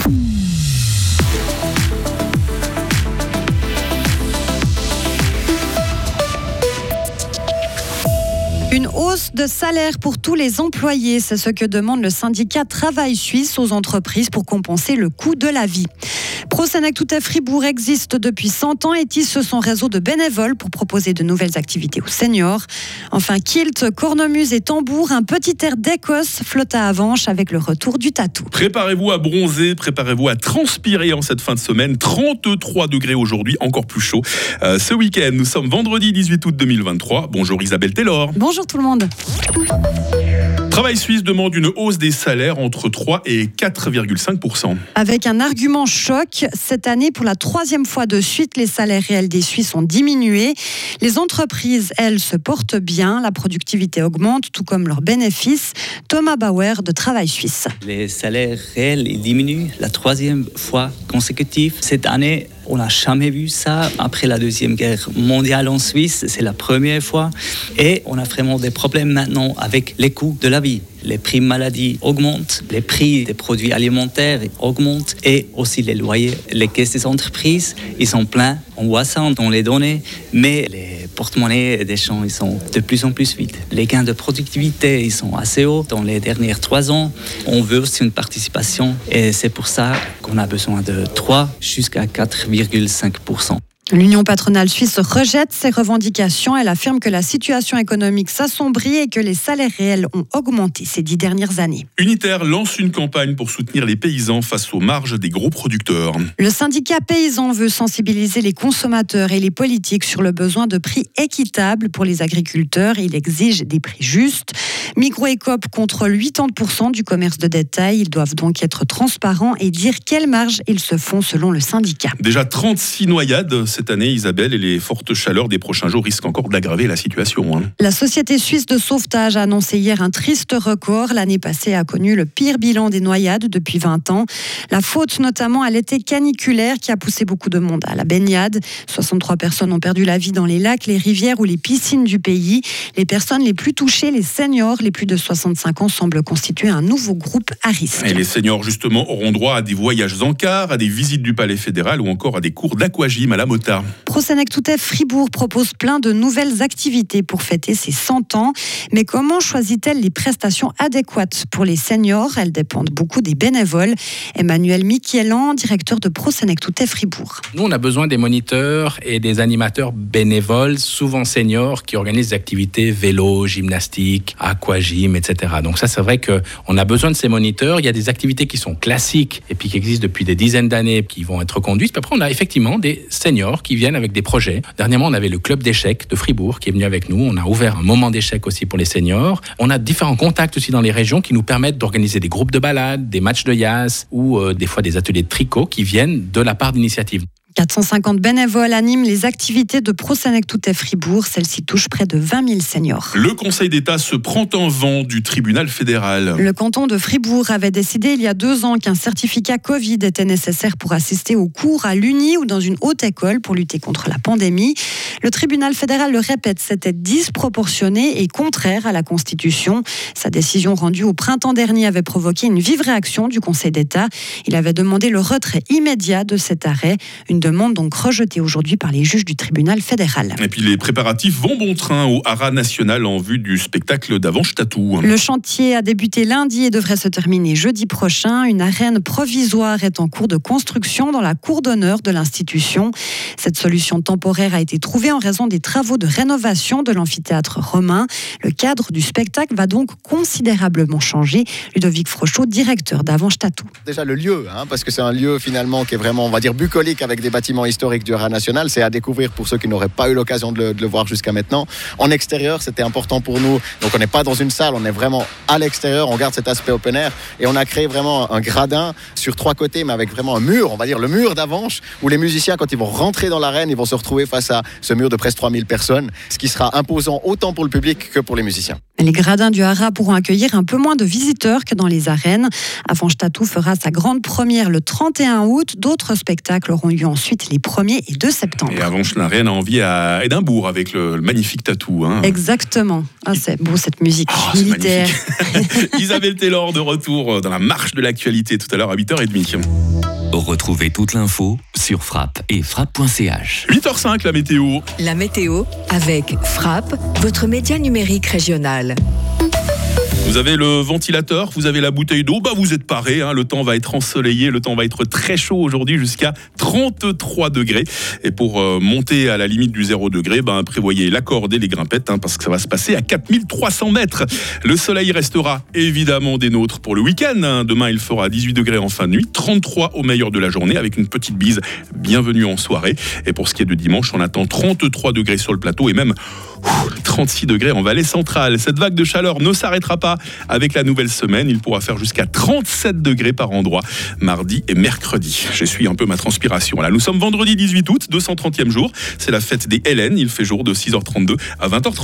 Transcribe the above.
Une hausse de salaire pour tous les employés, c'est ce que demande le syndicat Travail Suisse aux entreprises pour compenser le coût de la vie. ProSenec Toutet Fribourg existe depuis 100 ans et tisse son réseau de bénévoles pour proposer de nouvelles activités aux seniors. Enfin, kilt, cornemuse et tambour, un petit air d'Écosse flotte à Avenches avec le retour du tatou. Préparez-vous à bronzer, préparez-vous à transpirer en cette fin de semaine. 33 degrés aujourd'hui, encore plus chaud. Ce week-end, nous sommes vendredi 18 août 2023. Bonjour Isabelle Taylor. Bonjour tout le monde. Travail Suisse demande une hausse des salaires entre 3 et 4,5%. Avec un argument choc, cette année, pour la 3e fois de suite, les salaires réels des Suisses ont diminué. Les entreprises, elles, se portent bien. La productivité augmente, tout comme leurs bénéfices. Thomas Bauer de Travail Suisse. Les salaires réels ils diminuent la 3e fois consécutive. Cette année, on n'a jamais vu ça. Après la Deuxième Guerre mondiale en Suisse, c'est la première fois. Et on a vraiment des problèmes maintenant avec les coûts de la vie. Les prix maladie augmentent, les prix des produits alimentaires augmentent et aussi les loyers. Les caisses des entreprises, ils sont pleins. On voit ça dans les données, mais les porte-monnaies des gens, ils sont de plus en plus vides. Les gains de productivité, ils sont assez hauts dans les derniers 3 ans. On veut aussi une participation et c'est pour ça qu'on a besoin de 3 jusqu'à 4,5%. L'Union patronale suisse rejette ces revendications. Elle affirme que la situation économique s'assombrit et que les salaires réels ont augmenté ces 10 dernières années. Unitaire lance une campagne pour soutenir les paysans face aux marges des gros producteurs. Le syndicat paysan veut sensibiliser les consommateurs et les politiques sur le besoin de prix équitables pour les agriculteurs. Il exige des prix justes. Migros et Coop contrôlent 80% du commerce de détail. Ils doivent donc être transparents et dire quelles marges ils se font selon le syndicat. Déjà 36 noyades cette année, Isabelle, et les fortes chaleurs des prochains jours risquent encore d'aggraver la situation. La Société suisse de sauvetage a annoncé hier un triste record. L'année passée a connu le pire bilan des noyades depuis 20 ans. La faute notamment à l'été caniculaire qui a poussé beaucoup de monde à la baignade. 63 personnes ont perdu la vie dans les lacs, les rivières ou les piscines du pays. Les personnes les plus touchées, les seniors, les plus de 65 ans, semblent constituer un nouveau groupe à risque. Et les seniors, justement, auront droit à des voyages en car, à des visites du Palais fédéral ou encore à des cours d'aquagym à la Mota. ProSenec Toutet Fribourg propose plein de nouvelles activités pour fêter ses 100 ans. Mais comment choisit-elle les prestations adéquates pour les seniors ? Elles dépendent beaucoup des bénévoles. Emmanuel Michielan, directeur de ProSenec Toutet Fribourg. Nous, on a besoin des moniteurs et des animateurs bénévoles, souvent seniors, qui organisent des activités vélo, gymnastique, aquagym, etc. Donc ça, c'est vrai qu'on a besoin de ces moniteurs. Il y a des activités qui sont classiques et puis qui existent depuis des dizaines d'années, qui vont être conduites. Puis après, on a effectivement des seniors qui viennent avec des projets. Dernièrement, on avait le club d'échecs de Fribourg qui est venu avec nous. On a ouvert un moment d'échecs aussi pour les seniors. On a différents contacts aussi dans les régions qui nous permettent d'organiser des groupes de balades, des matchs de yas ou des fois des ateliers de tricot qui viennent de la part d'initiatives. 450 bénévoles animent les activités de ProSenec Toutet Fribourg. Celle-ci touche près de 20 000 seniors. Le Conseil d'État se prend en vent du tribunal fédéral. Le canton de Fribourg avait décidé il y a 2 ans qu'un certificat Covid était nécessaire pour assister aux cours à l'Uni ou dans une haute école pour lutter contre la pandémie. Le tribunal fédéral le répète, c'était disproportionné et contraire à la Constitution. Sa décision rendue au printemps dernier avait provoqué une vive réaction du Conseil d'État. Il avait demandé le retrait immédiat de cet arrêt. Une demande donc rejetée aujourd'hui par les juges du tribunal fédéral. Et puis les préparatifs vont bon train au Haras national en vue du spectacle d'Avenches Tatou. Le chantier a débuté lundi et devrait se terminer jeudi prochain. Une arène provisoire est en cours de construction dans la cour d'honneur de l'institution. Cette solution temporaire a été trouvée en raison des travaux de rénovation de l'amphithéâtre romain. Le cadre du spectacle va donc considérablement changer. Ludovic Frochot, directeur d'Avenches Tatou. Déjà le lieu, parce que c'est un lieu finalement qui est vraiment, on va dire, bucolique avec des bâtiments historiques du Haras national. C'est à découvrir pour ceux qui n'auraient pas eu l'occasion de le voir jusqu'à maintenant. En extérieur, c'était important pour nous. Donc on n'est pas dans une salle, on est vraiment à l'extérieur. On garde cet aspect open air et on a créé vraiment un gradin sur 3 côtés, mais avec vraiment un mur, on va dire le mur d'Avenches, où les musiciens, quand ils vont rentrer dans l'arène, ils vont se retrouver face à ce mur de presque 3000 personnes, ce qui sera imposant autant pour le public que pour les musiciens. Les gradins du Haras pourront accueillir un peu moins de visiteurs que dans les arènes. Avenches Tatou fera sa grande première le 31 août. D'autres spectacles auront lieu ensuite les 1er et 2 septembre. Et Avenches n'a rien à envier à Édimbourg avec le magnifique Tatou. Exactement. C'est beau cette musique militaire. Isabelle Taylor de retour dans la marche de l'actualité tout à l'heure à 8h30. Retrouvez toute l'info sur Frappe et frappe.ch. 8h05, la météo. La météo avec Frappe, votre média numérique régional. Vous avez le ventilateur, vous avez la bouteille d'eau, vous êtes parés, le temps va être ensoleillé, le temps va être très chaud aujourd'hui jusqu'à 33 degrés. Et pour monter à la limite du 0 degré, prévoyez la corde et les grimpettes parce que ça va se passer à 4300 mètres. Le soleil restera évidemment des nôtres pour le week-end. Demain, il fera 18 degrés en fin de nuit, 33 au meilleur de la journée avec une petite bise. Bienvenue en soirée. Et pour ce qui est de dimanche, on attend 33 degrés sur le plateau et même 36 degrés en vallée centrale. Cette vague de chaleur ne s'arrêtera pas avec la nouvelle semaine. Il pourra faire jusqu'à 37 degrés par endroit mardi et mercredi. J'essuie un peu ma transpiration. Là, nous sommes vendredi 18 août, 230e jour. C'est la fête des Hélènes. Il fait jour de 6h32 à 20h30.